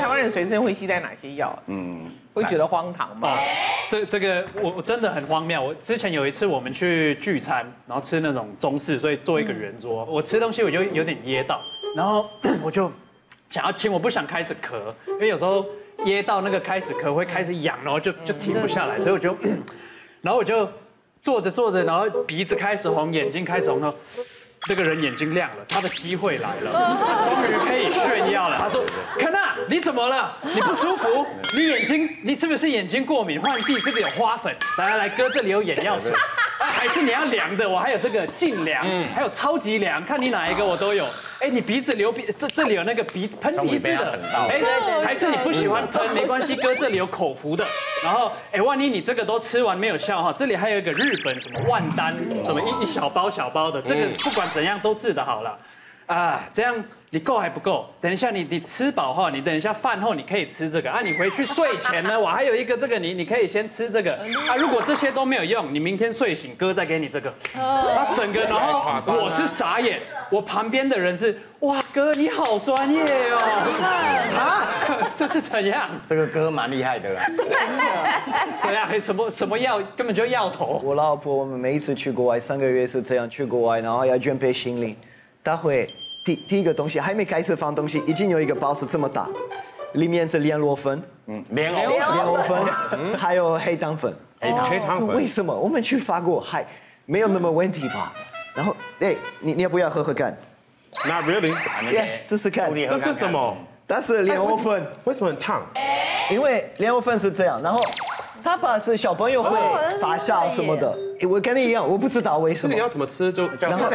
台湾人随身会携带哪些药？会觉得荒唐吗？ 这个我真的很荒谬。我之前有一次我们去聚餐，然后吃那种中式，所以做一个圆桌，我吃东西我就有点噎到，然后我就想要亲，我不想开始咳，因为有时候噎到那个开始咳会开始痒，然后就停不下来，所以我就，然后我就坐着，然后鼻子开始红，眼睛开始红了。这个人眼睛亮了，他的机会来了，他终于可以炫耀了。他说：“肯娜，你怎么了？你不舒服？你是不是眼睛过敏？换季是不是有花粉？来，哥这里有眼药水，还是你要凉的？我还有这个净凉，还有超级凉，看你哪一个我都有。哎，你鼻子流鼻，这里有那个喷鼻子的，哎，还是你不喜欢喷？没关系，哥这里有口服的。然后，哎，万一你这个都吃完没有效哈，这里还有一个日本什么万丹，什么一小包的，这个不管怎样都治得好了。啊，这样你够还不够？等一下你吃饱后，你等一下饭后你可以吃这个啊。你回去睡前呢，我还有一个这个你可以先吃这个啊。如果这些都没有用，你明天睡醒哥再给你这个。啊，整个然后我是傻眼，我旁边的人是哇哥你好专业哦。啊，这是怎样？ 这个哥蛮厉害的啦。 怎样？什么药根本就药头。 我老婆我们每一次去国外3个月是这样去国外，然后要准备行李，她会。第一个东西还没开始放东西，已经有一个包是这么大，里面是莲藕粉， 莲藕粉，还有黑糖粉。 黑糖粉为什么我们去法国还没有那么问题吧？然后，哎，你要不要喝喝看 ？Not really。 试试看。 这是什么？ 它是莲藕粉。 为什么很烫？ 因为莲藕粉是这样，然后它把是小朋友会发酵什么的。我跟你一样，我不知道为什么。 这个要怎么吃就这样喝。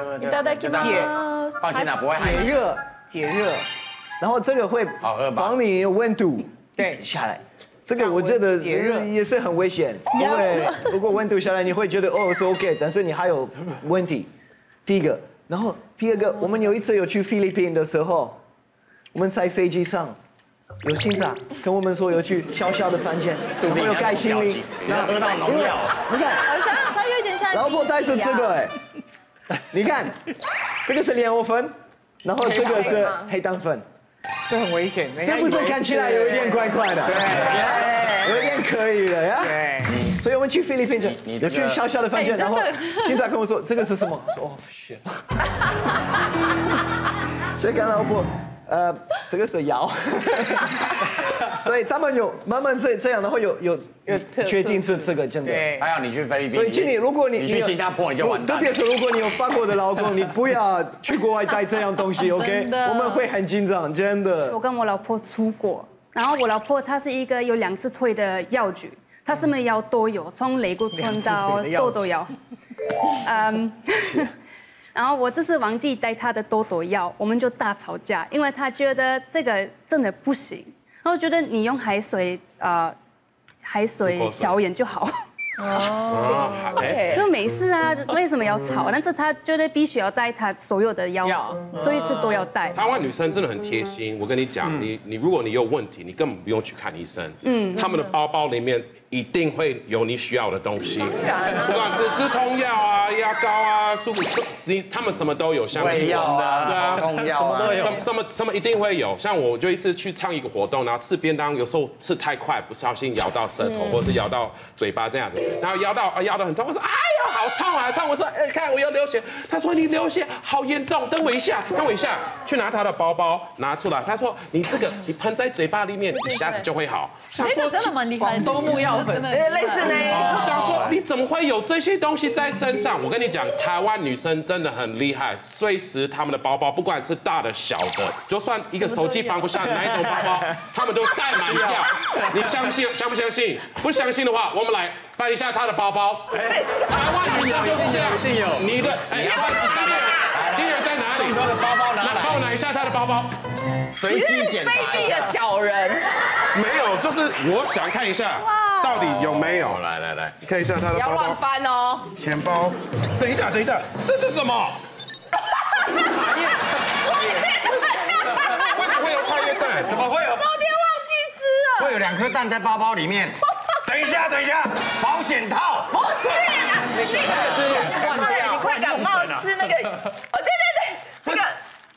放心啦，不会解热， 然后这个会帮你温度下来。这个我觉得也是很危险，因为如果温度下来，你会觉得哦是 OK， 但是你还有问题。第一个，然后第二个，我们有一次有去菲律宾的时候，我们在飞机上。有心脏跟我们说有去小小的房间，没有盖行李， 然后喝到农药。 你看， 好像它有点像。 老婆带是这个哎，你看，这个是莲藕粉，然后这个是黑糖粉， 这很危险， 是不是看起来有一点怪怪的？对，有点可以的呀。对，所以我们去菲律宾有去小小的房间，然后心脏跟我说这个是什么？我说哦shit。所以跟老婆。这个是药，所以他们有慢慢这样，然后有确定是这个真的。 还好你去菲律宾， 所以请你，如果你去新加坡你就完蛋。 特别是如果你有法国的老公，你不要去国外带这样东西 ，OK？ 我们会很紧张，真的。 我跟我老婆出国，然后我老婆她是一个有2次退的药局，她什么药都有，从类固醇到痘痘药。然后我这次忘记带他的痘痘药，我们就大吵架，因为他觉得这个真的不行，然后觉得你用海水消炎就好。就没事啊，为什么要吵？但是他觉得必须要带他所有的药，所以是都要带。 台湾女生真的很贴心，我跟你讲，如果你有问题，你根本不用去看医生，他们的包包里面一定会有你需要的东西，不管是止痛药啊、牙膏啊、他们什么都有，像胃药啊、痛药啊， 什么都有，什么一定会有。像我就一次去唱一个活动，然后吃便当，有时候吃太快，不小心咬到舌头，或者是咬到嘴巴这样子，然后咬到很痛，我说哎呀好痛啊痛！我说哎看我要流血，他说你流血好严重，等我一下，去拿他的包包拿出来，他说你这个你喷在嘴巴里面，一下子就会好。 那个真的蛮厉害的， 东木药粉， 类似那个。 我想说你怎么会有这些东西在身上？我跟你讲，台湾女生真的很厉害，随时她们的包包不管是大的小的，就算一个手机放不下哪一种包包，她们都塞满掉。你相不相信？不相信的话，我们来翻一下她的包包。台湾女生就是这样， 一定有。 你的金人在哪里？ 他的包包拿来， 帮我拿一下她的包包。 随机检查一下。 小人。 没有，就是我想看一下到底有没有。来，看一下她的包包。 不要乱翻哦。 钱包。等一下，这是什么？为什么会有茶叶蛋？怎么会有？ 昨天忘记吃了。 会有2颗蛋在包包里面。等一下，保险套。 不是啊，你快感冒吃那个。哦，对，这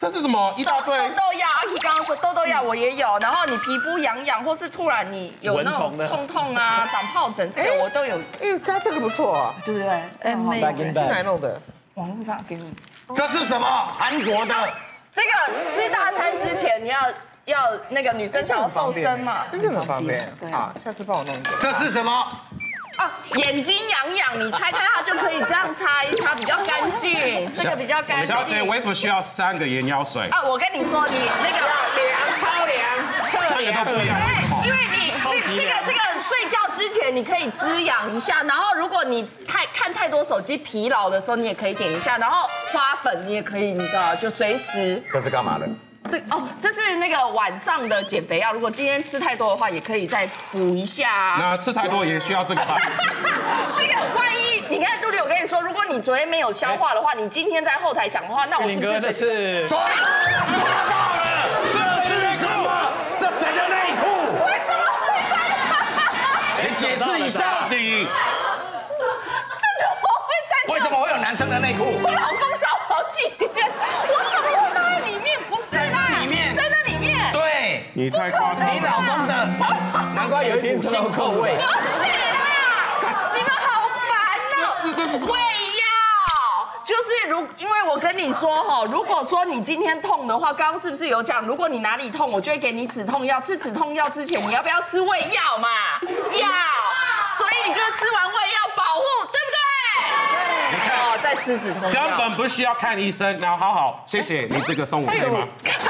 这是什么？一大堆痘痘药，阿 K 刚刚说痘痘药我也有，然后你皮肤痒，或是突然你有那种痛啊、长疱疹，这个我都有。 加这个不错， 对不对？ 去哪弄的？ 网络上给你。 这是什么？韩国的。 这个吃大餐之前你要那个女生想要瘦身嘛， 这真的很方便。好，下次帮我弄一个。 这是什么？ 啊，眼睛痒，你拆开它就可以这样擦一擦，比较干净。这个比较干净。 小姐，为什么需要3个眼药水？ 啊，我跟你说，你那个凉、超凉、 3个都不一样。 因为你这个睡觉之前你可以滋养一下，然后如果你看太多手机疲劳的时候，你也可以点一下，然后花粉你也可以，你知道，就随时。 这是干嘛的？ 这是那个晚上的减肥药，如果今天吃太多的话，也可以再补一下。 那吃太多也需要这个吧？ 这个万一你看杜丽，我跟你说，如果你昨天没有消化的话，你今天在后台讲的话，那我是不是这是？ 抓到了！这是内裤，这谁的内裤？ 为什么会这样？ 你解释一下。到底这怎么会在？ 为什么会有男生的内裤？ 我老公找好几天，我怎么会放在里面？不是啦， 里面， 在那里面。 对， 你太夸张了。 你老公的，难怪有一股腥臭味。 不是啦，你们好烦哦！胃药就是因为我跟你说哈，如果说你今天痛的话，刚刚是不是有讲，如果你哪里痛，我就会给你止痛药。吃止痛药之前，你要不要吃胃药嘛？要，所以你就吃完胃药保护，对不对？哦，再吃止痛药。 根本不需要看医生，然后好，谢谢你这个送我可以吗？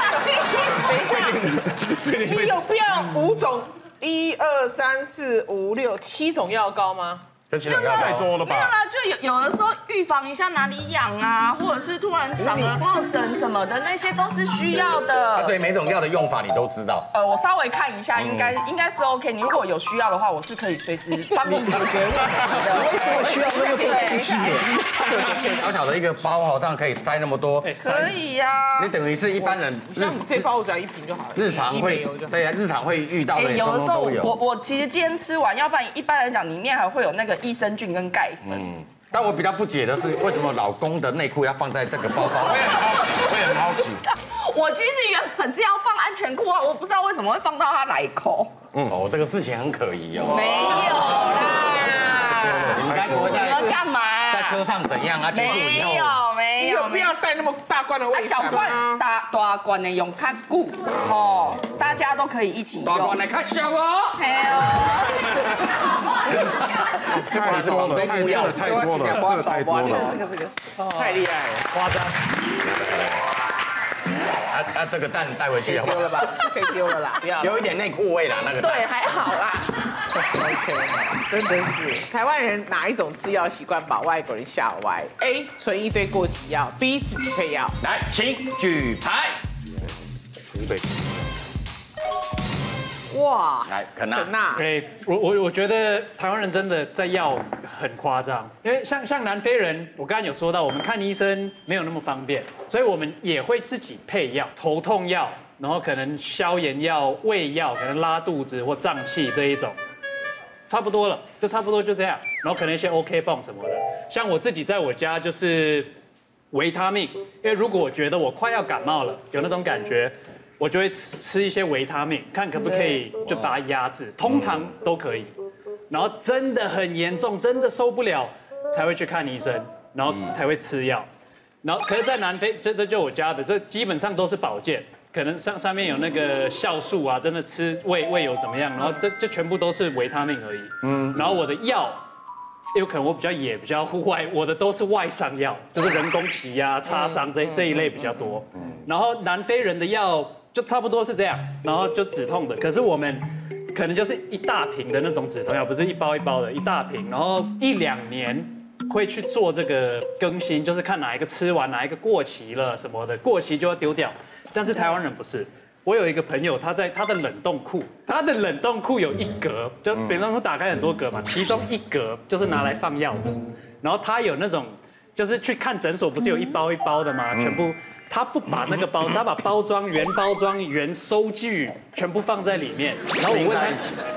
等一下，你有必要5种1、2、3、4、5、6、7种药膏吗？ 这7种药太多了吧？ 没有啦，就有的时候预防一下哪里痒啊，或者是突然长了疱疹什么的，那些都是需要的。 所以每种药的用法你都知道。 我稍微看一下，应该是 OK。你如果有需要的话，我是可以随时帮你解决问题的。 为什么需要那么多东西？ 小小的一个包好像可以塞那么多。 可以呀。 你等于是一般人， 像这包我只要1瓶就好了。 日常会对啊，日常会遇到的有的时候都有。 我其实今天吃完，要不然一般来讲里面还会有那个益生菌跟钙粉。 但我比较不解的是，为什么老公的内裤要放在这个包包？ 我也很好奇。 我其实原本是要放安全裤啊，我不知道为什么会放到他奶口。 哦，这个事情很可疑哦。 没有啦， 你该不会在干嘛？ 在车上怎样啊？结束以后没有， 不要带那么大罐的卫生小罐大罐的用较久哦，大家都可以一起用。 大罐的较小哦。 太多了，太多了，太多了，这个太多了， 这个太厉害了， 夸张。 这个蛋带回去丢了吧？可以丢了啦，不要。 有一点内裤味啦，那个。 对，还好啦。 OK， 真的是台湾人哪一种吃药习惯把外国人吓歪 ？A. 存一堆过期药 ，B. 自己配药。 来，请举牌。 哇， 来，肯纳。 我觉得台湾人真的在药很夸张，因为像南非人，我刚刚有说到，我们看医生没有那么方便，所以我们也会自己配药，头痛药，然后可能消炎药、胃药，可能拉肚子或胀气这一种，差不多了，就差不多就这样，然后可能一些 OK 泵什么的。像我自己在我家就是维他命，因为如果我觉得我快要感冒了，有那种感觉。我就会吃一些维他命，看可不可以就把它压制，通常都可以。然后真的很严重，真的受不了，才会去看医生，然后才会吃药。然后可是，在南非，这就我家的，这基本上都是保健，可能上面有那个酵素啊，真的吃胃有怎么样，然后这全部都是维他命而已。然后我的药。有可能我比较野，比较户外，我的都是外伤药，就是人工皮啊、擦伤这一类比较多。然后南非人的药就差不多是这样，然后就止痛的。可是我们可能就是一大瓶的那种止痛药，不是一包一包的，一大瓶，然后1、2年会去做这个更新，就是看哪一个吃完，哪一个过期了什么的，过期就要丢掉。但是台湾人不是。我有一个朋友，他在他的冷冻库，有1格，就冷冻库打开很多格嘛，其中1格就是拿来放药的。然后他有那种，就是去看诊所，不是有一包一包的吗？全部他不把那个包，他把原包装、原收据全部放在里面。然后我问他，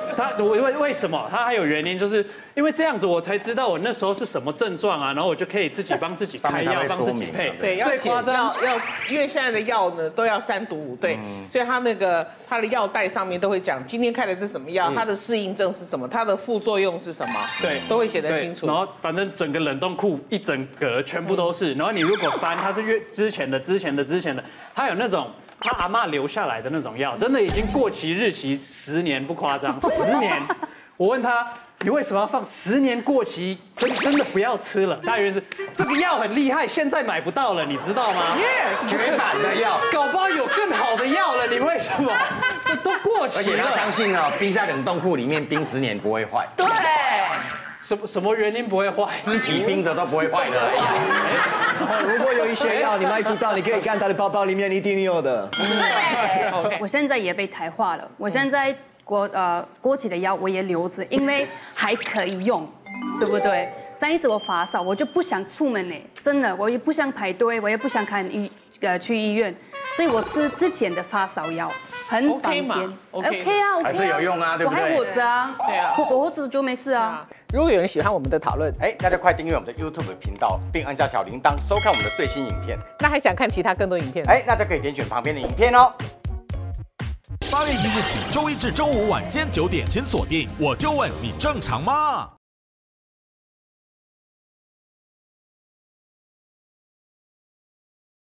为什么？它还有原因，就是因为这样子我才知道我那时候是什么症状啊，然后我就可以自己帮自己开药，帮自己配。 对，最夸张要，因为现在的药呢都要3读5对，所以它的药袋上面都会讲今天开的是什么药，它的适应症是什么，它的副作用是什么，对，都会写得清楚。 然后反正整个冷冻库一整格全部都是，然后你如果翻，它是之前的，它有那种。他阿嬷留下来的那种药，真的已经过期日期10年不夸张，10年。我问他，你为什么要放10年过期？真的不要吃了。他原因是这个药很厉害，现在买不到了，你知道吗 ？Yes， 绝版的药， 搞不好有更好的药了，你为什么？都过期了。 而且他相信哦，冰在冷冻库里面冰10年不会坏。 对。 什么原因不会坏？ 肢体冰着都不会坏的。 如果有一些药你买不到，你可以看他的包包里面一定有的。 对，我现在也被台化了。我现在过期的药我也留着，因为还可以用，对不对？上一次我发烧，我就不想出门呢，真的，我也不想排队，我也不想去医院，所以我吃之前的发烧药。很方便 ，OK 啊， 还是有用啊，对不对？ 我还活着啊，对啊，我活着就没事啊。 如果有人喜欢我们的讨论， 大家快订阅我们的 YouTube 频道，并按下小铃铛，收看我们的最新影片。 那还想看其他更多影片？ 那就可以点选旁边的影片哦。 8月1日起，周一至周五晚间9点，请锁定《我就问你正常吗》。